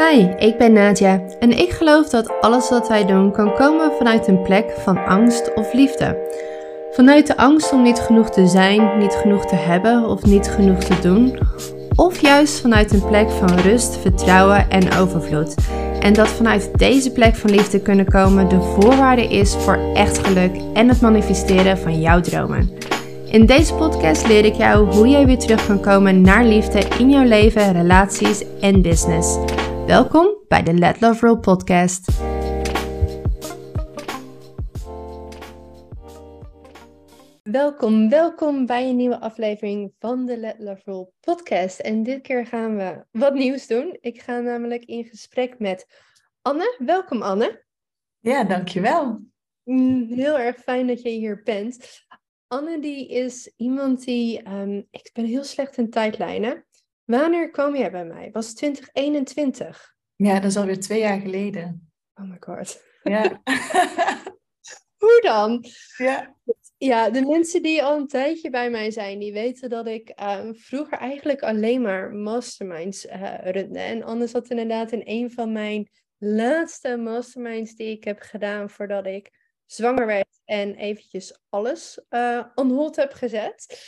Hi, ik ben Nadia en ik geloof dat alles wat wij doen kan komen vanuit een plek van angst of liefde. Vanuit de angst om niet genoeg te zijn, niet genoeg te hebben of niet genoeg te doen. Of juist vanuit een plek van rust, vertrouwen en overvloed. En dat vanuit deze plek van liefde kunnen komen de voorwaarde is voor echt geluk en het manifesteren van jouw dromen. In deze podcast leer ik jou hoe jij weer terug kan komen naar liefde in jouw leven, relaties en business. Welkom bij de Let Love Roll podcast. Welkom bij een nieuwe aflevering van de Let Love Roll podcast. En dit keer gaan we wat nieuws doen. Ik ga namelijk in gesprek met Anne. Welkom Anne. Ja, dankjewel. Heel erg fijn dat je hier bent. Anne die is iemand die... ik ben heel slecht in tijdlijnen. Wanneer kwam jij bij mij? Was het 2021? Ja, dat is alweer 2 jaar geleden. Oh my god. Ja. Hoe dan? Ja. Ja, de mensen die al een tijdje bij mij zijn, die weten dat ik vroeger eigenlijk alleen maar masterminds runde. En Anne zat inderdaad in een van mijn laatste masterminds die ik heb gedaan voordat ik zwanger werd en eventjes alles on hold heb gezet.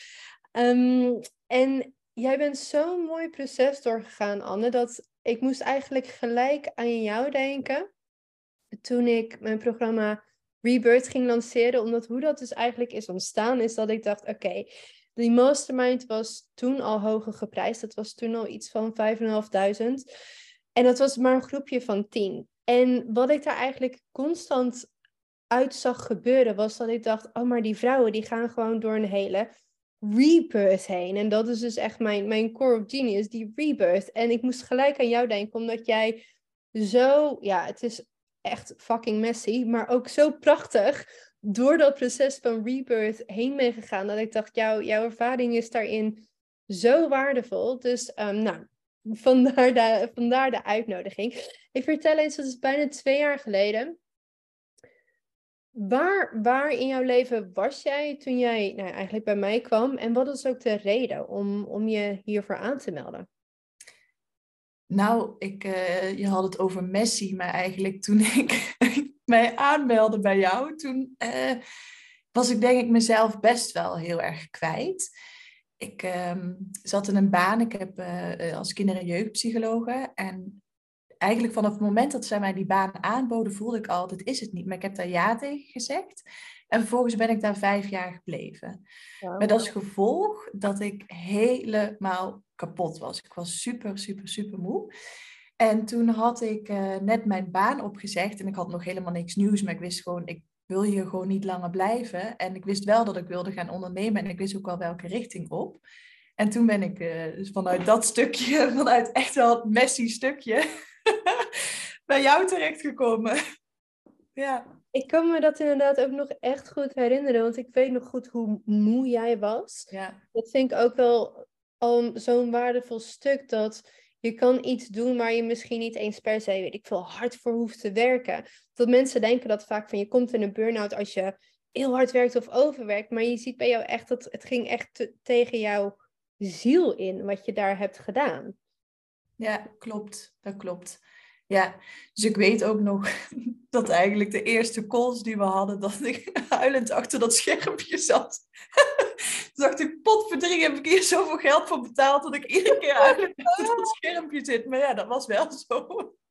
En jij bent zo'n mooi proces doorgegaan, Anne, dat ik moest eigenlijk gelijk aan jou denken toen ik mijn programma Rebirth ging lanceren, omdat hoe dat dus eigenlijk is ontstaan, is dat ik dacht, oké, die mastermind was toen al hoger geprijsd. Dat was toen al iets van 5.500. En dat was maar een groepje van 10. En wat ik daar eigenlijk constant uit zag gebeuren, was dat ik dacht, oh, maar die vrouwen die gaan gewoon door een hele rebirth heen. En dat is dus echt mijn core of genius, die rebirth. En ik moest gelijk aan jou denken, omdat jij zo, ja, het is echt fucking messy, maar ook zo prachtig door dat proces van rebirth heen ben gegaan, dat ik dacht, jouw ervaring is daarin zo waardevol. Dus vandaar de uitnodiging. Ik vertel eens, dat is bijna 2 jaar geleden. Waar in jouw leven was jij toen jij eigenlijk bij mij kwam? En wat is ook de reden om je hiervoor aan te melden? Nou, je had het over Messi, maar eigenlijk toen ik mij aanmeldde bij jou, toen was ik denk ik mezelf best wel heel erg kwijt. Ik zat in een baan, ik heb als kinder- en jeugdpsychologe en eigenlijk vanaf het moment dat zij mij die baan aanboden, voelde ik al, dit is het niet. Maar ik heb daar ja tegen gezegd. En vervolgens ben ik daar 5 jaar gebleven. Wow. Met als gevolg dat ik helemaal kapot was. Ik was super, super, super moe. En toen had ik net mijn baan opgezegd. En ik had nog helemaal niks nieuws. Maar ik wist gewoon, ik wil hier gewoon niet langer blijven. En ik wist wel dat ik wilde gaan ondernemen. En ik wist ook wel welke richting op. En toen ben ik dus vanuit dat stukje, vanuit echt wel het messy stukje, bij jou terechtgekomen. Ja. Ik kan me dat inderdaad ook nog echt goed herinneren, want ik weet nog goed hoe moe jij was. Ja. Dat vind ik ook wel al zo'n waardevol stuk, dat je kan iets doen waar je misschien niet eens per se, weet ik veel, hard voor hoeft te werken. Dat mensen denken dat vaak van je komt in een burn-out als je heel hard werkt of overwerkt, maar je ziet bij jou echt dat het ging echt tegen jouw ziel in wat je daar hebt gedaan. Ja, klopt. Dat klopt. Ja, dus ik weet ook nog dat eigenlijk de eerste calls die we hadden, dat ik huilend achter dat schermpje zat. Toen dacht ik, potverdrie, heb ik hier zoveel geld voor betaald dat ik iedere keer huilend achter dat schermpje zit. Maar ja, dat was wel zo.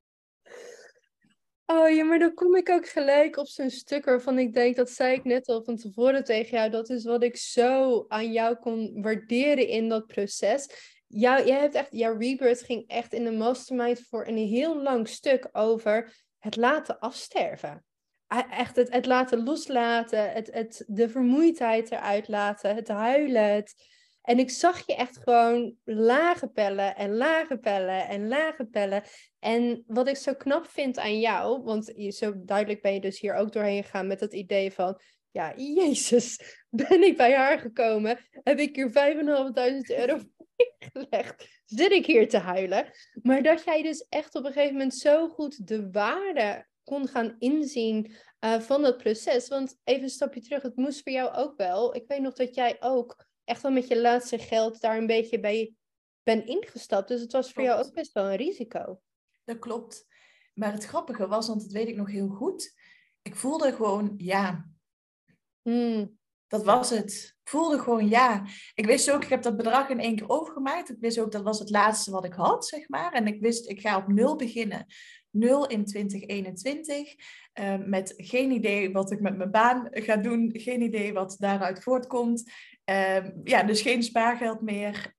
Oh ja, maar dan kom ik ook gelijk op zo'n stuk waarvan ik denk, dat zei ik net al van tevoren tegen jou, dat is wat ik zo aan jou kon waarderen in dat proces. Jij hebt echt, jouw rebirth ging echt in de mastermind voor een heel lang stuk over het laten afsterven. Echt het laten loslaten, de vermoeidheid eruit laten, het huilen. En ik zag je echt gewoon lage pellen en lage pellen en lage pellen. En wat ik zo knap vind aan jou, want zo duidelijk ben je dus hier ook doorheen gegaan met dat idee van, ja, Jezus, ben ik bij haar gekomen, heb ik hier 5.500 euro gelegd, zit ik hier te huilen. Maar dat jij dus echt op een gegeven moment zo goed de waarde kon gaan inzien van dat proces. Want even een stapje terug, het moest voor jou ook wel. Ik weet nog dat jij ook echt wel met je laatste geld daar een beetje bij bent ingestapt. Dus het was voor jou ook best wel een risico. dat klopt. Maar het grappige was, want dat weet ik nog heel goed. Ik voelde gewoon ja. Dat was het. Ik voelde gewoon ja. Ik wist ook, ik heb dat bedrag in 1 keer overgemaakt. Ik wist ook, dat was het laatste wat ik had, zeg maar. En ik wist, ik ga op 0 beginnen. 0 in 2021. Met geen idee wat ik met mijn baan ga doen. Geen idee wat daaruit voortkomt. Ja, dus geen spaargeld meer.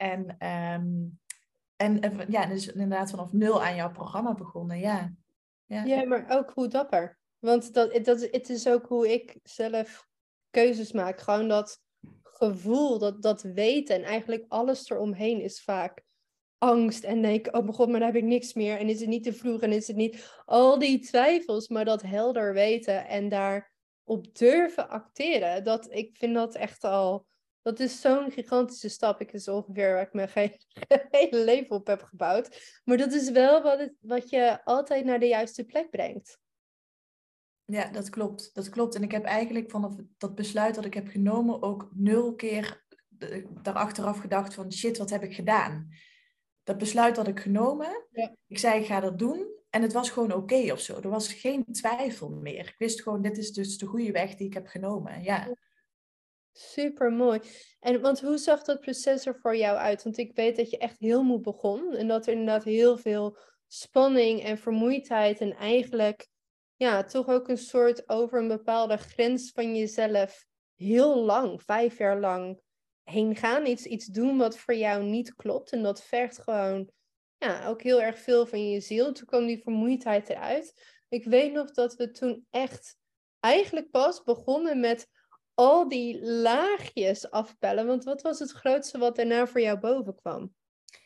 En ja, dus inderdaad vanaf 0 aan jouw programma begonnen. Ja. Ja, maar ook hoe dapper. Want het is ook hoe ik zelf keuzes maak. Gewoon dat gevoel, dat weten. En eigenlijk alles eromheen is vaak angst. En denk, oh mijn god, maar dan heb ik niks meer. En is het niet te vroeg en is het niet... Al die twijfels, maar dat helder weten en daarop durven acteren. Ik vind dat echt al... Dat is zo'n gigantische stap. Ik is ongeveer waar ik mijn hele leven op heb gebouwd. Maar dat is wel wat je altijd naar de juiste plek brengt. Ja, dat klopt. Dat klopt. En ik heb eigenlijk vanaf dat besluit dat ik heb genomen ook 0 keer daarachteraf gedacht van shit, wat heb ik gedaan? Dat besluit had ik genomen. Ja. Ik zei, ik ga dat doen. En het was gewoon oké of zo. Er was geen twijfel meer. Ik wist gewoon, dit is dus de goede weg die ik heb genomen. Ja. Super mooi. Want hoe zag dat proces er voor jou uit? Want ik weet dat je echt heel moe begon. En dat er inderdaad heel veel spanning en vermoeidheid. En eigenlijk ja, toch ook een soort over een bepaalde grens van jezelf heel lang, 5 jaar lang heen gaan. Iets doen wat voor jou niet klopt. En dat vergt gewoon ja, ook heel erg veel van je ziel. Toen kwam die vermoeidheid eruit. Ik weet nog dat we toen echt eigenlijk pas begonnen met al die laagjes afpellen. Want wat was het grootste wat daarna voor jou boven kwam?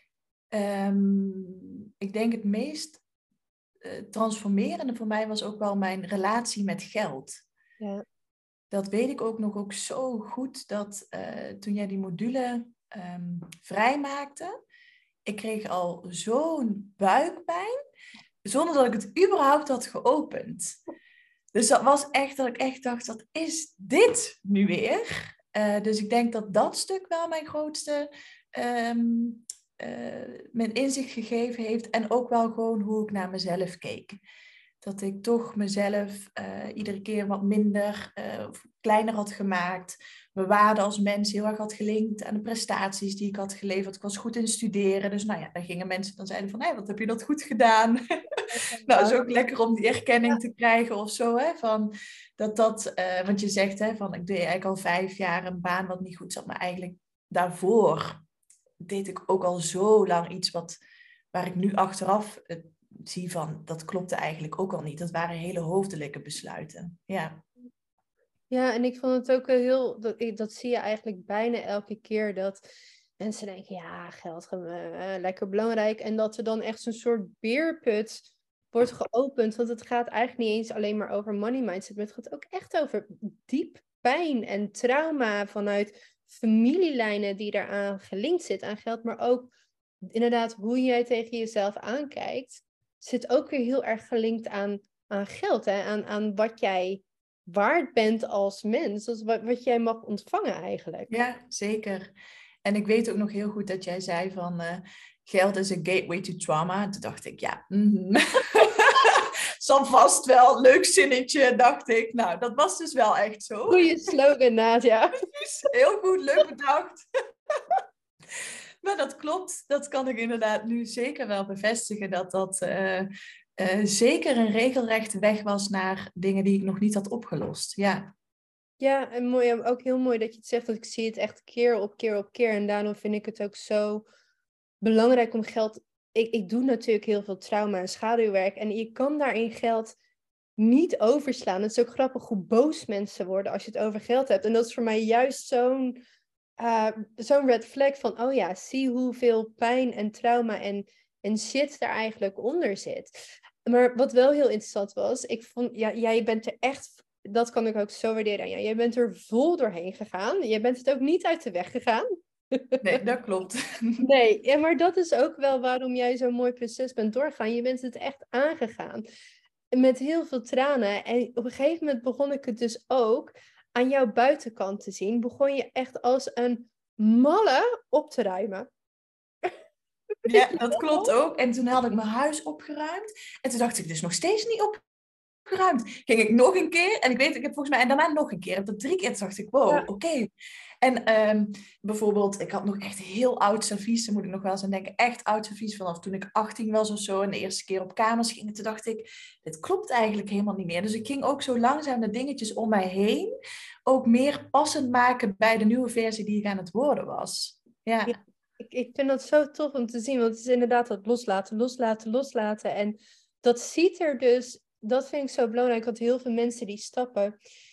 Ik denk het meest transformerende voor mij was ook wel mijn relatie met geld. Ja. Dat weet ik ook nog ook zo goed, dat toen jij die module vrijmaakte, ik kreeg al zo'n buikpijn, zonder dat ik het überhaupt had geopend. Dus dat was echt dat ik echt dacht, wat is dit nu weer? Dus ik denk dat dat stuk wel mijn grootste mijn inzicht gegeven heeft. En ook wel gewoon hoe ik naar mezelf keek. Dat ik toch mezelf iedere keer wat minder, kleiner had gemaakt. Mijn waarde als mens heel erg had gelinkt aan de prestaties die ik had geleverd. Ik was goed in studeren. Dus nou ja, dan gingen mensen dan zeiden van, hé, wat heb je dat goed gedaan? Nou, het is ook lekker om die erkenning te krijgen of zo. Hè, van want je zegt, hè, van ik deed eigenlijk al 5 jaar een baan wat niet goed zat. Maar eigenlijk daarvoor deed ik ook al zo lang iets waar ik nu achteraf zie van, dat klopte eigenlijk ook al niet. Dat waren hele hoofdelijke besluiten. Ja. Ja, en ik vond het ook heel... Dat zie je eigenlijk bijna elke keer dat mensen denken, ja, geld lekker belangrijk. En dat er dan echt zo'n soort beerput wordt geopend. Want het gaat eigenlijk niet eens alleen maar over money mindset. Maar het gaat ook echt over diep pijn en trauma vanuit familielijnen die daaraan gelinkt zit aan geld. Maar ook inderdaad hoe jij tegen jezelf aankijkt. Zit ook weer heel erg gelinkt aan geld. Hè? Aan wat jij waard bent als mens. Dus wat jij mag ontvangen eigenlijk. Ja, zeker. En ik weet ook nog heel goed dat jij zei van geld is een gateway to trauma. En toen dacht ik, ja, zal vast wel, leuk zinnetje, dacht ik. Nou, dat was dus wel echt zo. Goeie slogan, Nadia. Precies, heel goed, leuk bedacht. Maar dat klopt, dat kan ik inderdaad nu zeker wel bevestigen, dat zeker een regelrechte weg was naar dingen die ik nog niet had opgelost. Ja. Ja, en mooi, ook heel mooi dat je het zegt, want ik zie het echt keer op keer op keer. En daarom vind ik het ook zo belangrijk om geld... Ik doe natuurlijk heel veel trauma en schaduwwerk. En je kan daarin geld niet overslaan. Het is ook grappig hoe boos mensen worden als je het over geld hebt. En dat is voor mij juist zo'n red flag van... Oh ja, zie hoeveel pijn en trauma en shit daar eigenlijk onder zit. Maar wat wel heel interessant was, ik vond... Ja, jij bent er echt... Dat kan ik ook zo waarderen aan jou. Jij bent er vol doorheen gegaan. Jij bent het ook niet uit de weg gegaan. Nee, dat klopt. Nee, ja, maar dat is ook wel waarom jij zo'n mooi proces bent doorgegaan. Je bent het echt aangegaan. Met heel veel tranen. En op een gegeven moment begon ik het dus ook aan jouw buitenkant te zien. Begon je echt als een malle op te ruimen. Ja, dat klopt ook. En toen had ik mijn huis opgeruimd. En toen dacht ik dus nog steeds niet opgeruimd. Ging ik nog een keer. En ik weet, ik heb volgens mij... En daarna nog een keer. En dat 3 keer. Toen dacht ik, wow, oké. En bijvoorbeeld, ik had nog echt heel oud servies. Daar moet ik nog wel eens aan denken. Echt oud servies vanaf toen ik 18 was of zo. En de eerste keer op kamers ging. En toen dacht ik, dit klopt eigenlijk helemaal niet meer. Dus ik ging ook zo langzaam de dingetjes om mij heen ook meer passend maken bij de nieuwe versie die ik aan het worden was. Ja, Ja. ik vind dat zo tof om te zien, want het is inderdaad dat loslaten. En dat ziet er dus, dat vind ik zo belangrijk, want heel veel mensen die stappen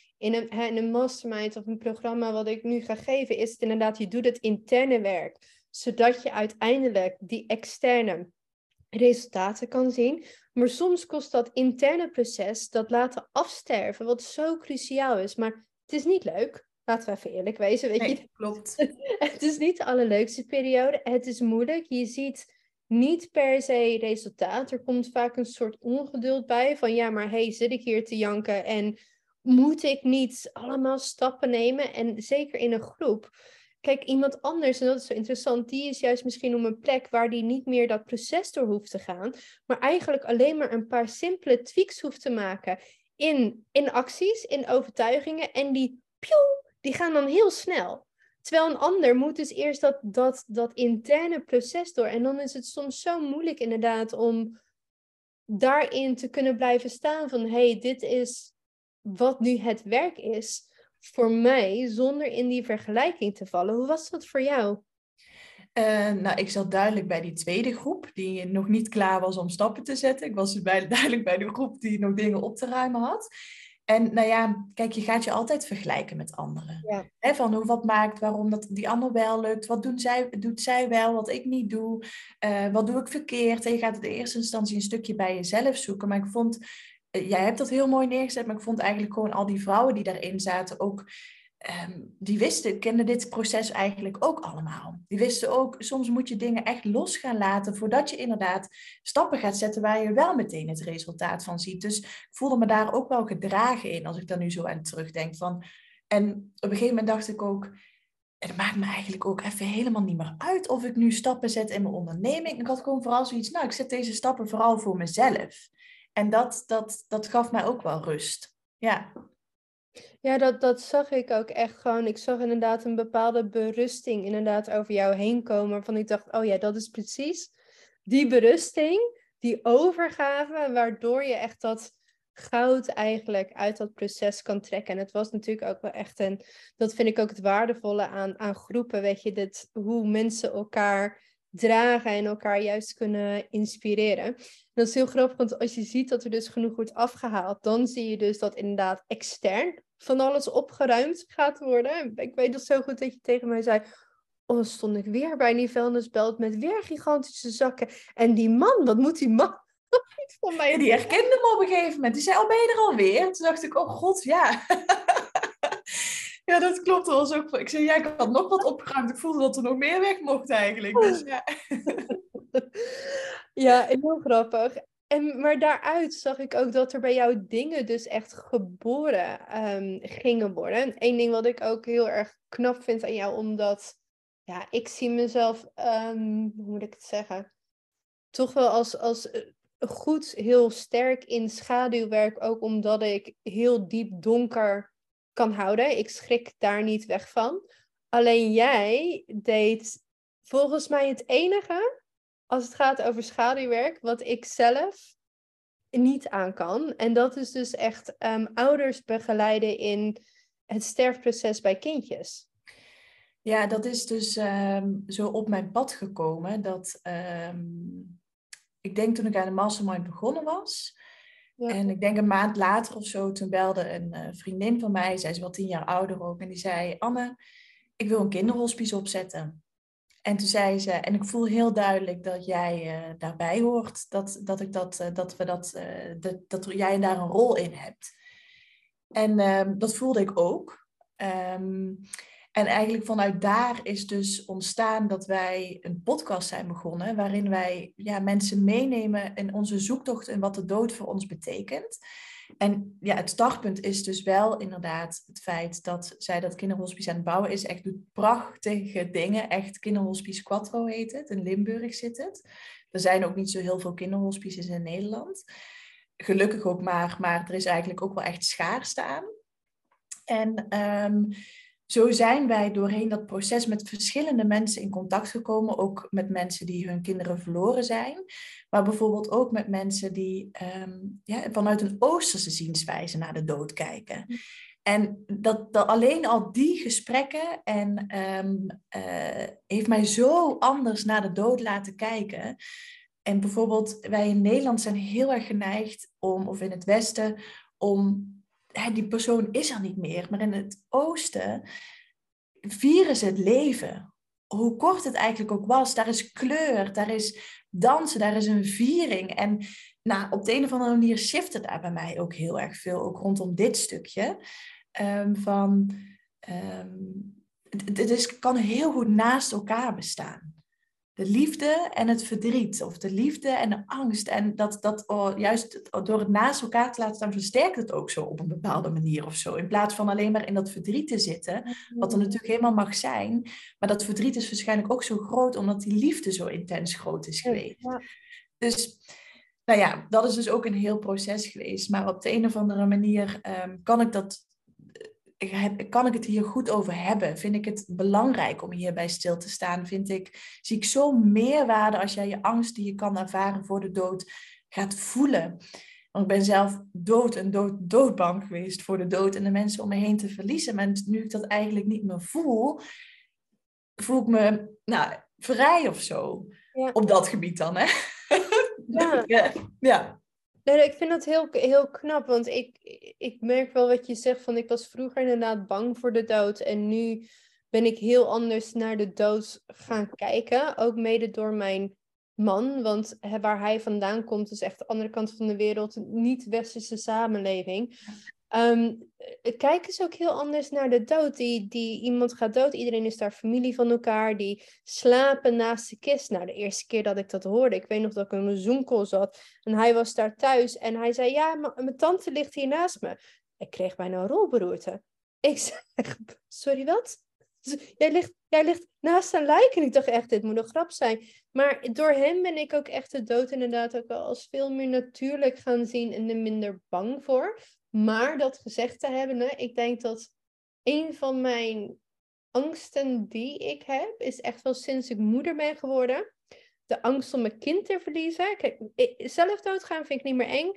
in een mastermind of een programma wat ik nu ga geven, is het inderdaad, je doet het interne werk, zodat je uiteindelijk die externe resultaten kan zien. Maar soms kost dat interne proces dat laten afsterven, wat zo cruciaal is. Maar het is niet leuk. Laten we even eerlijk wezen. Weet je, Nee, klopt. het is niet de allerleukste periode. Het is moeilijk. Je ziet niet per se resultaat. Er komt vaak een soort ongeduld bij. Van ja, maar hey, zit ik hier te janken en moet ik niet allemaal stappen nemen? En zeker in een groep. Kijk, iemand anders, en dat is zo interessant, die is juist misschien op een plek waar die niet meer dat proces door hoeft te gaan, maar eigenlijk alleen maar een paar simpele tweaks hoeft te maken in acties, in overtuigingen, en die gaan dan heel snel. Terwijl een ander moet dus eerst dat interne proces door. En dan is het soms zo moeilijk inderdaad om daarin te kunnen blijven staan van hey, dit is wat nu het werk is voor mij, zonder in die vergelijking te vallen. Hoe was dat voor jou? Nou, ik zat duidelijk bij die tweede groep, die nog niet klaar was om stappen te zetten. Ik was dus duidelijk bij de groep die nog dingen op te ruimen had. En nou ja, kijk, je gaat je altijd vergelijken met anderen. Ja. Van hoe wat maakt, waarom dat die ander wel lukt. Wat doet zij wel, wat ik niet doe. Wat doe ik verkeerd? En je gaat in de eerste instantie een stukje bij jezelf zoeken. Maar ik vond, jij hebt dat heel mooi neergezet, maar ik vond eigenlijk gewoon al die vrouwen die daarin zaten ook... die kenden dit proces eigenlijk ook allemaal. Die wisten ook, soms moet je dingen echt los gaan laten voordat je inderdaad stappen gaat zetten waar je wel meteen het resultaat van ziet. Dus ik voelde me daar ook wel gedragen in als ik daar nu zo aan terugdenk. En op een gegeven moment dacht ik ook, het maakt me eigenlijk ook even helemaal niet meer uit of ik nu stappen zet in mijn onderneming. Ik had gewoon vooral zoiets, nou, ik zet deze stappen vooral voor mezelf. En dat gaf mij ook wel rust. Ja. Ja, dat zag ik ook echt gewoon. Ik zag inderdaad een bepaalde berusting inderdaad over jou heen komen. Waarvan ik dacht, oh ja, dat is precies die berusting, die overgave, waardoor je echt dat goud eigenlijk uit dat proces kan trekken. En het was natuurlijk ook wel echt dat vind ik ook het waardevolle aan groepen, weet je, hoe mensen elkaar dragen en elkaar juist kunnen inspireren. En dat is heel grappig, want als je ziet dat er dus genoeg wordt afgehaald, dan zie je dus dat inderdaad extern van alles opgeruimd gaat worden. Ik weet nog zo goed dat je tegen mij zei, oh, dan stond ik weer bij die vuilnisbelt met weer gigantische zakken. En die man, wat moet die man niet van mij? Ja, die herkende me op een gegeven moment. Die zei, oh, ben je er alweer? Toen dacht ik, oh god, ja. Ja, dat klopt. Dat was ook... Ik zei, ja, ik had nog wat opgeruimd. Ik voelde dat er nog meer weg mocht eigenlijk. Dus ja. Ja, heel grappig. Maar daaruit zag ik ook dat er bij jou dingen dus echt geboren gingen worden. Eén ding wat ik ook heel erg knap vind aan jou, omdat ja, ik zie mezelf, hoe moet ik het zeggen, toch wel als goed, heel sterk in schaduwwerk, ook omdat ik heel diep donker kan houden. Ik schrik daar niet weg van. Alleen jij deed volgens mij het enige, als het gaat over schaduwwerk, wat ik zelf niet aan kan. En dat is dus echt ouders begeleiden in het sterfproces bij kindjes. Ja, dat is dus zo op mijn pad gekomen. Ik denk toen ik aan de mastermind begonnen was. Ja. En ik denk een maand later of zo, toen belde een vriendin van mij. Zij is wel 10 jaar ouder ook. En die zei, Anne, ik wil een kinderhospice opzetten. En toen zei ze, en ik voel heel duidelijk dat jij daarbij hoort, dat jij daar een rol in hebt. En dat voelde ik ook. En eigenlijk vanuit daar is dus ontstaan dat wij een podcast zijn begonnen, waarin wij mensen meenemen in onze zoektocht en wat de dood voor ons betekent. En ja, het startpunt is dus wel inderdaad het feit dat zij dat kinderhospice aan het bouwen is. Echt doet prachtige dingen. Echt Kinderhospice Quattro heet het. In Limburg zit het. Er zijn ook niet zo heel veel kinderhospices in Nederland. Gelukkig ook maar er is eigenlijk ook wel echt schaarste aan. En zo zijn wij doorheen dat proces met verschillende mensen in contact gekomen. Ook met mensen die hun kinderen verloren zijn. Maar bijvoorbeeld ook met mensen die vanuit een Oosterse zienswijze naar de dood kijken. En dat alleen al die gesprekken heeft mij zo anders naar de dood laten kijken. En bijvoorbeeld wij in Nederland zijn heel erg geneigd of in het Westen, die persoon is er niet meer. Maar in het Oosten vieren ze het leven. Hoe kort het eigenlijk ook was. Daar is kleur, daar is dansen, daar is een viering. En op de een of andere manier shifte daar bij mij ook heel erg veel. Ook rondom dit stukje. Het kan heel goed naast elkaar bestaan. De liefde en het verdriet. Of de liefde en de angst. En juist door het naast elkaar te laten staan, versterkt het ook zo op een bepaalde manier of zo. In plaats van alleen maar in dat verdriet te zitten. Wat er natuurlijk helemaal mag zijn. Maar dat verdriet is waarschijnlijk ook zo groot, omdat die liefde zo intens groot is geweest. Ja. Dus, dat is dus ook een heel proces geweest. Maar op de een of andere manier kan ik het hier goed over hebben? Vind ik het belangrijk om hierbij stil te staan? Zie ik zo meerwaarde als jij je angst die je kan ervaren voor de dood gaat voelen. Want ik ben zelf doodbang geweest voor de dood en de mensen om me heen te verliezen. Maar nu ik dat eigenlijk niet meer voel ik me vrij of zo. Ja. Op dat gebied dan, hè? Ja. Nee, ik vind dat heel, heel knap, want ik merk wel wat je zegt, van ik was vroeger inderdaad bang voor de dood en nu ben ik heel anders naar de dood gaan kijken, ook mede door mijn man, want waar hij vandaan komt is echt de andere kant van de wereld, niet-westerse samenleving. Kijk eens ook heel anders naar de dood. Iemand gaat dood, iedereen is daar familie van elkaar, die slapen naast de kist. De eerste keer dat ik dat hoorde, ik weet nog dat ik in een Zoom-call zat en hij was daar thuis en hij zei, ja, mijn tante ligt hier naast me. Ik kreeg bijna een rolberoerte. Ik zeg, sorry, wat? Jij ligt naast een lijk en ik dacht echt, dit moet een grap zijn. Maar door hem ben ik ook echt de dood inderdaad ook wel als veel meer natuurlijk gaan zien en er minder bang voor. Maar dat gezegd te hebben, ik denk dat een van mijn angsten die ik heb, is echt wel sinds ik moeder ben geworden. De angst om mijn kind te verliezen. Kijk, zelf doodgaan vind ik niet meer eng.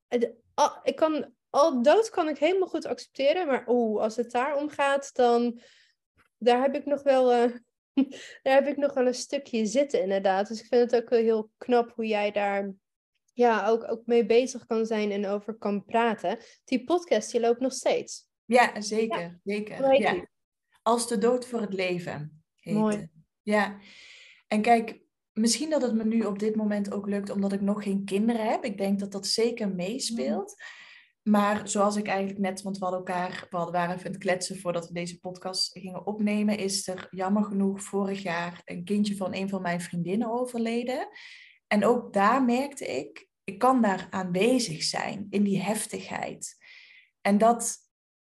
Dood kan ik helemaal goed accepteren. Maar als het daarom gaat, dan daar heb ik nog wel een stukje zitten inderdaad. Dus ik vind het ook wel heel knap hoe jij daar ook mee bezig kan zijn en over kan praten. Die podcast, die loopt nog steeds. Ja, zeker. Zeker. Ja. Als de dood voor het leven heet. Mooi. Ja. En kijk, misschien dat het me nu op dit moment ook lukt, omdat ik nog geen kinderen heb. Ik denk dat dat zeker meespeelt. Maar zoals ik eigenlijk net, want we waren even aan het kletsen voordat we deze podcast gingen opnemen, is er jammer genoeg vorig jaar een kindje van een van mijn vriendinnen overleden. En ook daar merkte ik kan daar aanwezig zijn in die heftigheid. En dat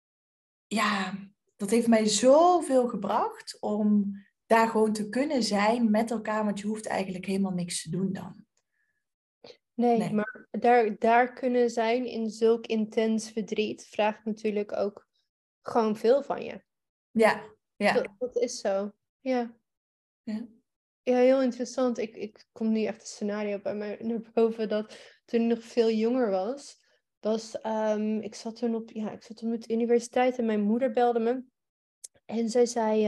heeft mij zoveel gebracht om daar gewoon te kunnen zijn met elkaar, want je hoeft eigenlijk helemaal niks te doen dan. Nee, maar daar kunnen zijn in zulk intens verdriet vraagt natuurlijk ook gewoon veel van je. Ja. Dat is zo, ja. Ja, heel interessant. Ik kom nu echt een scenario bij mij naar boven dat toen ik nog veel jonger was ik zat toen op de universiteit en mijn moeder belde me. En zij zei,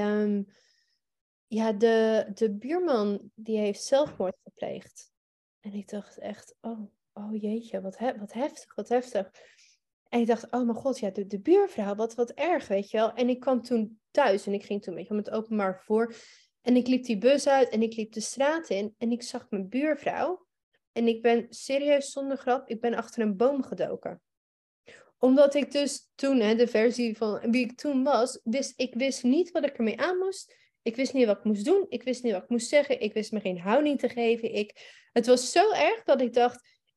de buurman die heeft zelfmoord gepleegd. En ik dacht echt, oh jeetje, wat heftig. En ik dacht, oh mijn god, ja, de buurvrouw, wat erg, weet je wel. En ik kwam toen thuis en ik ging toen met het openbaar vervoer. En ik liep die bus uit en ik liep de straat in en ik zag mijn buurvrouw. En ik ben serieus zonder grap, ik ben achter een boom gedoken. Omdat ik dus toen, de versie van wie ik toen was, ik wist niet wat ik ermee aan moest. Ik wist niet wat ik moest doen. Ik wist niet wat ik moest zeggen. Ik wist me geen houding te geven. Het was zo erg dat ik dacht,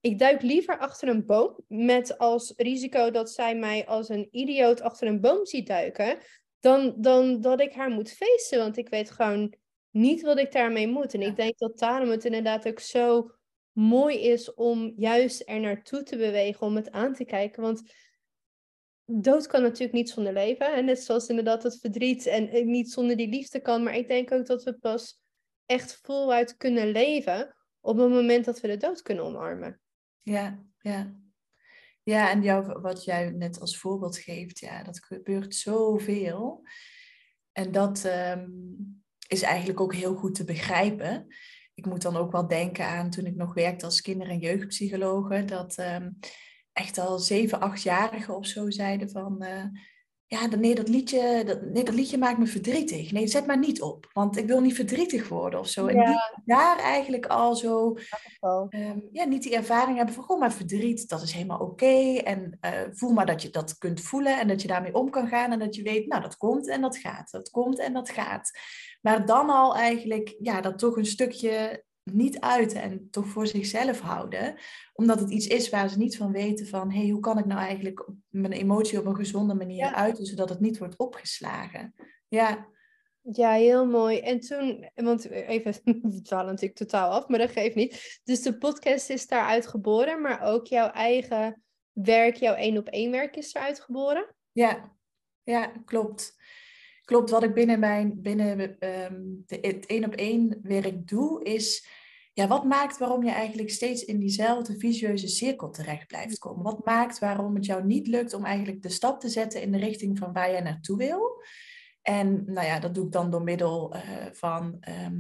ik duik liever achter een boom met als risico dat zij mij als een idioot achter een boom ziet duiken, dan dat ik haar moet feesten, want ik weet gewoon niet wat ik daarmee moet. En ik denk dat daarom het inderdaad ook zo mooi is om juist er naartoe te bewegen, om het aan te kijken, want dood kan natuurlijk niet zonder leven. En net zoals inderdaad het verdriet en niet zonder die liefde kan. Maar ik denk ook dat we pas echt voluit kunnen leven op het moment dat we de dood kunnen omarmen. Ja, ja. Ja, en wat jij net als voorbeeld geeft, ja, dat gebeurt zoveel. En dat is eigenlijk ook heel goed te begrijpen. Ik moet dan ook wel denken aan toen ik nog werkte als kinder- en jeugdpsychologe, dat echt al 7, 8-jarigen of zo zeiden van, ja, nee, dat liedje maakt me verdrietig. Nee, zet maar niet op, want ik wil niet verdrietig worden of zo. En die Ja, daar eigenlijk al zo geval. ja, niet die ervaring hebben van, goh, maar verdriet, dat is helemaal oké. En voel maar dat je dat kunt voelen en dat je daarmee om kan gaan. En dat je weet, nou, dat komt en dat gaat. Dat komt en dat gaat. Maar dan al eigenlijk, ja, dat toch een stukje niet uiten en toch voor zichzelf houden. Omdat het iets is waar ze niet van weten van, hé, hoe kan ik nou eigenlijk mijn emotie op een gezonde manier Ja. uiten, zodat het niet wordt opgeslagen. Ja, Ja, heel mooi. En toen, want even, we dwalen natuurlijk totaal af, maar dat geeft niet. Dus de podcast is daaruit geboren, maar ook jouw eigen werk, jouw 1-op-1 werk is eruit geboren. ja, ja, klopt. Klopt, wat ik binnen het 1-op-1 werk doe, is ja, wat maakt waarom je eigenlijk steeds in diezelfde vicieuze cirkel terecht blijft komen? Wat maakt waarom het jou niet lukt om eigenlijk de stap te zetten in de richting van waar jij naartoe wil? En nou ja, dat doe ik dan door middel van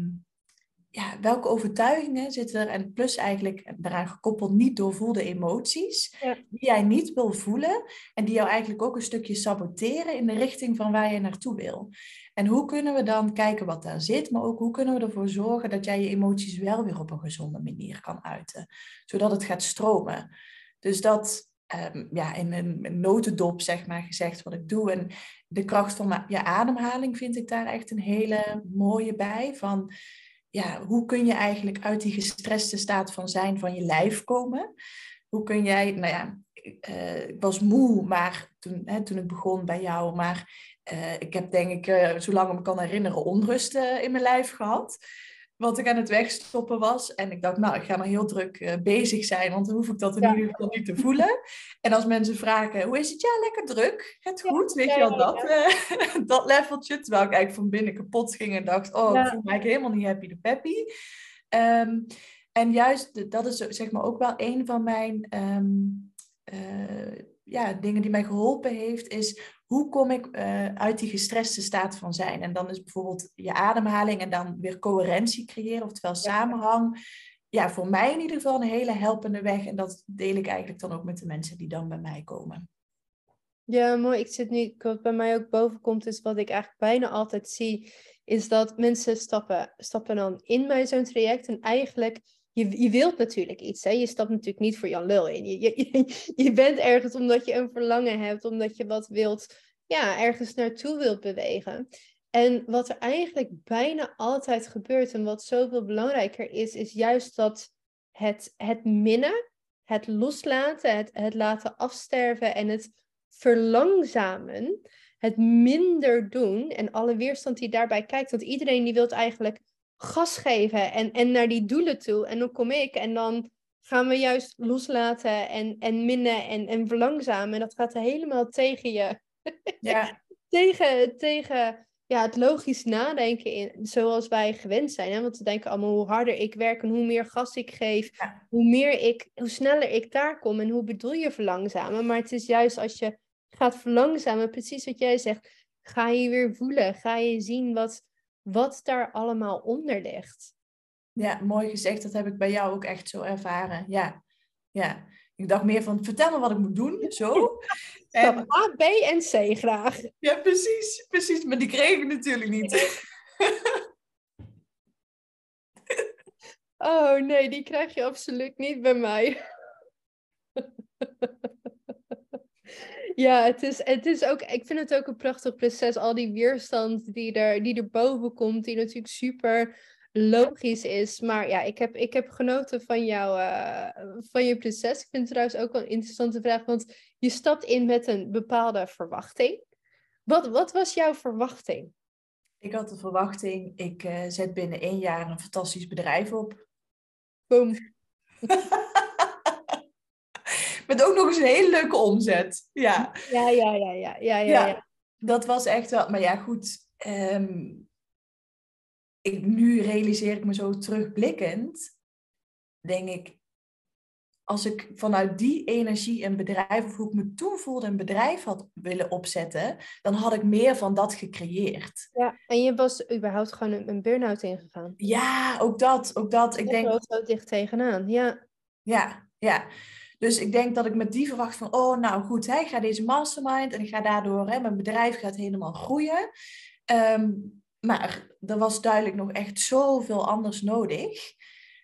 ja, welke overtuigingen zitten er, en plus eigenlijk daaraan gekoppeld niet doorvoelde emoties, Ja. die jij niet wil voelen en die jou eigenlijk ook een stukje saboteren in de richting van waar je naartoe wil. En hoe kunnen we dan kijken wat daar zit, maar ook hoe kunnen we ervoor zorgen dat jij je emoties wel weer op een gezonde manier kan uiten, zodat het gaat stromen. Dus dat ja, in een notendop zeg maar gezegd wat ik doe. En de kracht van je ademhaling vind ik daar echt een hele mooie bij. Van ja, hoe kun je eigenlijk uit die gestreste staat van zijn van je lijf komen? Hoe kun jij, nou ja, ik was moe, maar toen ik begon bij jou, maar ik heb denk ik, zolang ik me kan herinneren, onrust in mijn lijf gehad. Wat ik aan het wegstoppen was. En ik dacht, nou, ik ga maar heel druk bezig zijn, want dan hoef ik dat in Ja, ieder geval niet te voelen. En als mensen vragen, hoe is het? Ja, lekker druk. Het ja, goed, weet ja, je wel, dat, ja. dat leveltje. Terwijl ik eigenlijk van binnen kapot ging en dacht, oh, ik Ja. voel me eigenlijk helemaal niet happy de peppy. Ehm, en juist, dat is zeg maar ook wel een van mijn ja, dingen die mij geholpen heeft, is hoe kom ik uit die gestreste staat van zijn? En dan is bijvoorbeeld je ademhaling en dan weer coherentie creëren, oftewel samenhang. Ja, voor mij in ieder geval een hele helpende weg. En dat deel ik eigenlijk dan ook met de mensen die dan bij mij komen. Ja, mooi. Ik zit nu, wat bij mij ook boven komt, is wat ik eigenlijk bijna altijd zie, is dat mensen stappen dan in bij zo'n traject. En eigenlijk, je wilt natuurlijk iets, hè. Je stapt natuurlijk niet voor Jan Lul in. Je bent ergens omdat je een verlangen hebt, omdat je wat wilt, ja, ergens naartoe wilt bewegen. En wat er eigenlijk bijna altijd gebeurt en wat zoveel belangrijker is juist dat het minnen, het loslaten, het laten afsterven en het verlangzamen, het minder doen en alle weerstand die daarbij kijkt. Want iedereen die wil eigenlijk gas geven en naar die doelen toe. En dan kom ik en dan gaan we juist loslaten en minnen en verlangzamen. En dat gaat helemaal tegen je. Ja, tegen ja, het logisch nadenken in, zoals wij gewend zijn. Hè? Want we denken allemaal hoe harder ik werk en hoe meer gas ik geef, ja, hoe sneller ik daar kom en hoe bedoel je verlangzamen. Maar het is juist als je gaat verlangzamen, precies wat jij zegt, ga je weer voelen, ga je zien wat daar allemaal onder ligt. ja, mooi gezegd. Dat heb ik bij jou ook echt zo ervaren. Ja, ja. Ik dacht meer van, vertel me wat ik moet doen, zo. Stap En A, B en C graag. ja, precies, precies. Maar die kreeg ik natuurlijk niet. Oh nee, die krijg je absoluut niet bij mij. Ja, het is ook, ik vind het ook een prachtig proces. Al die weerstand die er boven komt, die natuurlijk super logisch is. Maar ja, ik heb genoten van van je proces. Ik vind het trouwens ook wel een interessante vraag, want je stapt in met een bepaalde verwachting. Wat was jouw verwachting? Ik had de verwachting, ik zet binnen 1 jaar een fantastisch bedrijf op. Boom. Met ook nog eens een hele leuke omzet. Ja, Ja. ja, dat was echt wel. Maar ja, goed. Nu realiseer ik me zo terugblikkend. Denk ik, als ik vanuit die energie een bedrijf, of hoe ik me toen voelde, een bedrijf had willen opzetten, dan had ik meer van dat gecreëerd. Ja, en je was überhaupt gewoon een burn-out ingegaan. Ja, ook dat, ook dat. Ik Echt denk, wel zo dicht tegenaan, ja. ja. Dus ik denk dat ik met die verwacht van, oh, nou goed, hè, ik ga deze mastermind en ik ga daardoor, hè, mijn bedrijf gaat helemaal groeien. Maar er was duidelijk nog echt zoveel anders nodig.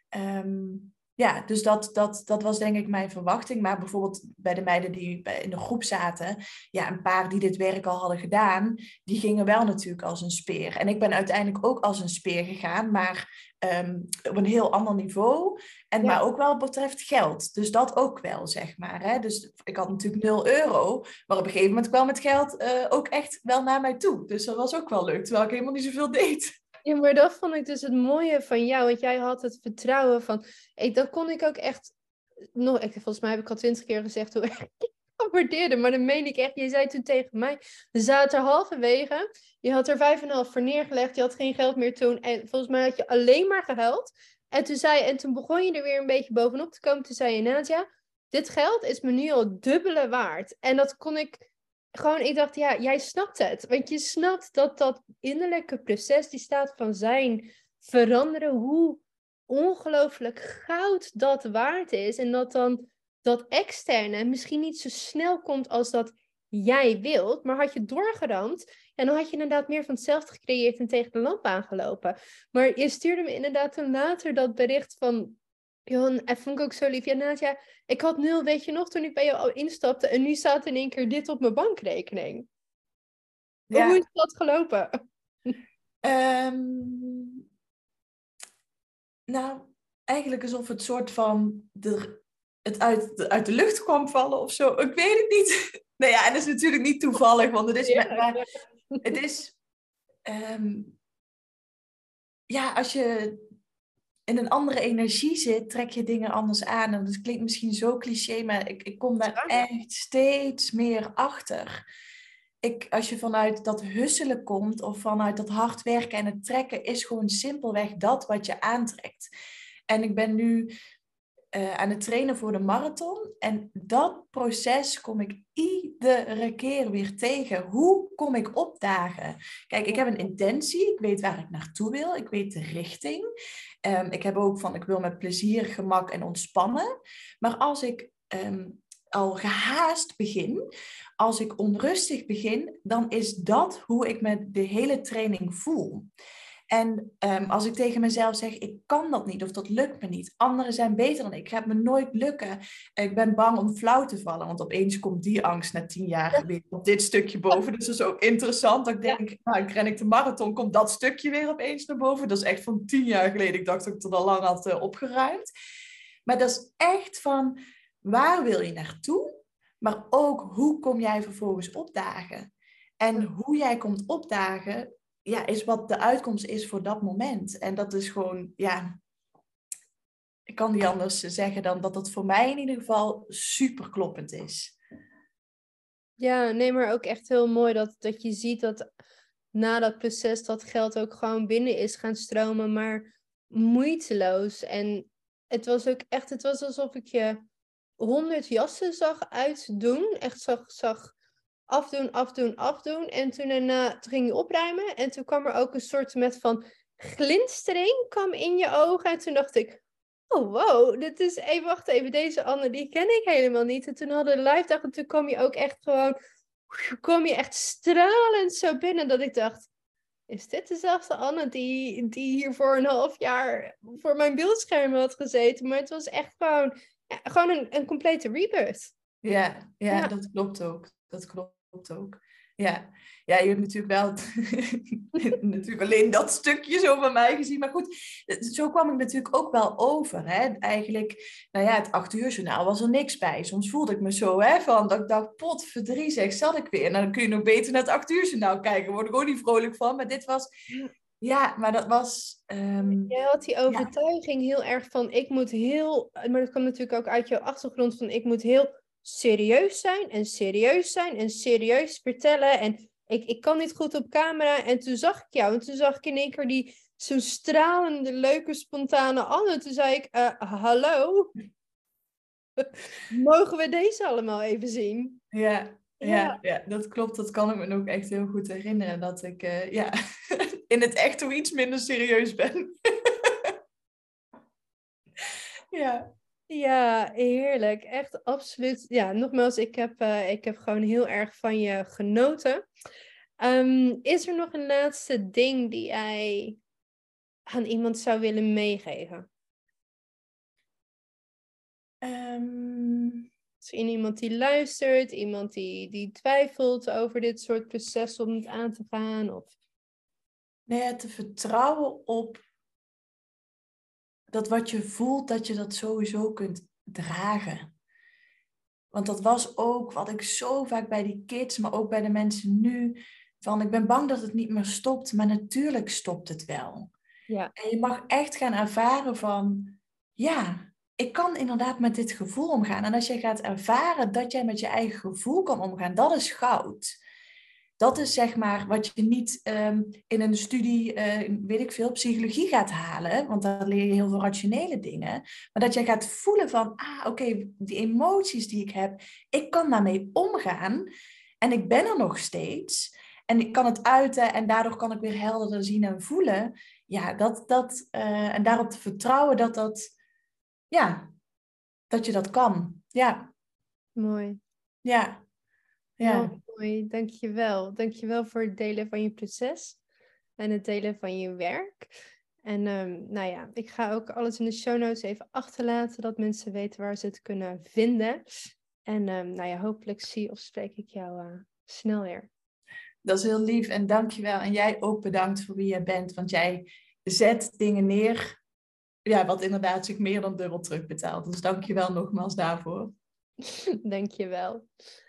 Ja, dus dat was denk ik mijn verwachting. Maar bijvoorbeeld bij de meiden die in de groep zaten, ja, een paar die dit werk al hadden gedaan, die gingen wel natuurlijk als een speer. En ik ben uiteindelijk ook als een speer gegaan, maar op een heel ander niveau. En Ja. maar ook wel betreft geld. Dus dat ook wel, zeg maar. Hè? Dus ik had natuurlijk 0 euro, maar op een gegeven moment kwam het geld ook echt wel naar mij toe. Dus dat was ook wel leuk, terwijl ik helemaal niet zoveel deed. Ja, maar dat vond ik dus het mooie van jou. Want jij had het vertrouwen van... dat kon ik ook echt... Volgens mij heb ik al 20 keer gezegd hoe erg ik het waardeerde. Maar dat meen ik echt. Je zei toen tegen mij... We zaten er halverwege. Je had er 5,5 voor neergelegd. Je had geen geld meer toen. En volgens mij had je alleen maar gehuild. En toen begon je er weer een beetje bovenop te komen. Toen zei je, Nadia... Dit geld is me nu al het dubbele waard. En dat kon ik... Gewoon, ik dacht, ja, jij snapt het. Want je snapt dat dat innerlijke proces, die staat van zijn, veranderen, hoe ongelooflijk goud dat waard is. En dat dan dat externe misschien niet zo snel komt als dat jij wilt. Maar had je doorgeramd, en dan had je inderdaad meer van hetzelfde gecreëerd en tegen de lamp aangelopen. Maar je stuurde me inderdaad toen later dat bericht van... Johan, en vond ik ook zo lief. Ja, Nadia, ik had 0, weet je nog, toen ik bij jou al instapte. En nu staat in één keer dit op mijn bankrekening. Hoe Ja. is dat gelopen? Nou, eigenlijk alsof het soort van het uit de lucht kwam vallen of zo. Ik weet het niet. Nou ja, en dat is natuurlijk niet toevallig, want het is... Maar het is... ja, als je in een andere energie zit, trek je dingen anders aan. En dat klinkt misschien zo cliché, maar ik kom daar echt steeds meer achter. Als je vanuit dat husselen komt of vanuit dat hard werken en het trekken, is gewoon simpelweg dat wat je aantrekt. En ik ben nu aan het trainen voor de marathon. En dat proces kom ik iedere keer weer tegen. Hoe kom ik opdagen? Kijk, ik heb een intentie. Ik weet waar ik naartoe wil. Ik weet de richting. Ik heb ook van, ik wil met plezier, gemak en ontspannen. Maar als ik al gehaast begin, als ik onrustig begin, dan is dat hoe ik me de hele training voel. En als ik tegen mezelf zeg, ik kan dat niet of dat lukt me niet. Anderen zijn beter dan ik. Gaat me nooit lukken. Ik ben bang om flauw te vallen. Want opeens komt die angst na 10 jaar weer op dit stukje boven. Dus dat is ook interessant. Dat ik denk, nou, ik ren ik de marathon, komt dat stukje weer opeens naar boven. Dat is echt van 10 jaar geleden. Ik dacht dat ik het al lang had opgeruimd. Maar dat is echt van, waar wil je naartoe? Maar ook, hoe kom jij vervolgens opdagen? En hoe jij komt opdagen, ja, is wat de uitkomst is voor dat moment. En dat is gewoon, ja, ik kan niet anders zeggen dan dat het voor mij in ieder geval super kloppend is. Ja, nee, maar ook echt heel mooi dat je ziet dat na dat proces dat geld ook gewoon binnen is gaan stromen, maar moeiteloos. En het was ook echt, het was alsof ik je 100 jassen zag uitdoen. Echt zag afdoen. En toen ging je opruimen. En toen kwam er ook een soort met van glinstering kwam in je ogen. En toen dacht ik, oh wow, dit is... Hey, wacht even, deze Anne, die ken ik helemaal niet. En toen hadden we de live dag en toen kwam je ook echt gewoon... Kwam je echt stralend zo binnen dat ik dacht... Is dit dezelfde Anne die hier voor een half jaar voor mijn beeldscherm had gezeten? Maar het was echt gewoon, gewoon een complete rebirth. Ja, Ja. dat klopt ook. Dat klopt ook. Ja. Ja, je hebt natuurlijk wel natuurlijk alleen dat stukje zo bij mij gezien. Maar goed, zo kwam ik natuurlijk ook wel over. Hè? Eigenlijk, nou ja, het 8 uur journaal was er niks bij. Soms voelde ik me zo, hè, van dat ik dacht, potverdrie zeg, zat ik weer. Nou, dan kun je nog beter naar het 8 uur journaal kijken. Daar word ik ook niet vrolijk van. Maar dit was, ja, maar dat was, Jij had die ja, overtuiging heel erg van, ik moet heel, maar dat kwam natuurlijk ook uit jouw achtergrond van, ik moet heel serieus zijn en serieus zijn en serieus vertellen. En ik kan niet goed op camera. En toen zag ik jou en toen zag ik in één keer die zo'n stralende, leuke, spontane Anne. Toen zei ik, hallo, mogen we deze allemaal even zien? ja, Ja, ja, dat klopt. Dat kan ik me nog echt heel goed herinneren. Dat ik, ja, in het echt toch iets minder serieus ben. Ja. ja, heerlijk. Echt absoluut. Ja, nogmaals, ik heb gewoon heel erg van je genoten. Is er nog een laatste ding die jij aan iemand zou willen meegeven? Ehm, Is er iemand die luistert, iemand die twijfelt over dit soort processen om het aan te gaan? Of... nou ja, te vertrouwen op dat wat je voelt, dat je dat sowieso kunt dragen. Want dat was ook wat ik zo vaak bij die kids, maar ook bij de mensen nu, van ik ben bang dat het niet meer stopt, maar natuurlijk stopt het wel. Ja, En je mag echt gaan ervaren van, ja, ik kan inderdaad met dit gevoel omgaan. En als je gaat ervaren dat jij met je eigen gevoel kan omgaan, dat is goud. Dat is zeg maar wat je niet in een studie, weet ik veel, psychologie gaat halen. Want dan leer je heel veel rationele dingen. Maar dat je gaat voelen van, oké, die emoties die ik heb, ik kan daarmee omgaan. En ik ben er nog steeds. En ik kan het uiten en daardoor kan ik weer helderder zien en voelen. Ja, en daarop te vertrouwen ja, dat je dat kan. Ja, mooi. ja, ja. Heel mooi. Dankjewel. Dankjewel voor het delen van je proces en het delen van je werk. En nou ja, ik ga ook alles in de show notes even achterlaten, dat mensen weten waar ze het kunnen vinden. En nou ja, hopelijk zie of spreek ik jou snel weer. Dat is heel lief en dankjewel. En jij ook bedankt voor wie jij bent, want jij zet dingen neer, ja, wat inderdaad zich meer dan dubbel terugbetaalt. Dus dankjewel nogmaals daarvoor. Dankjewel.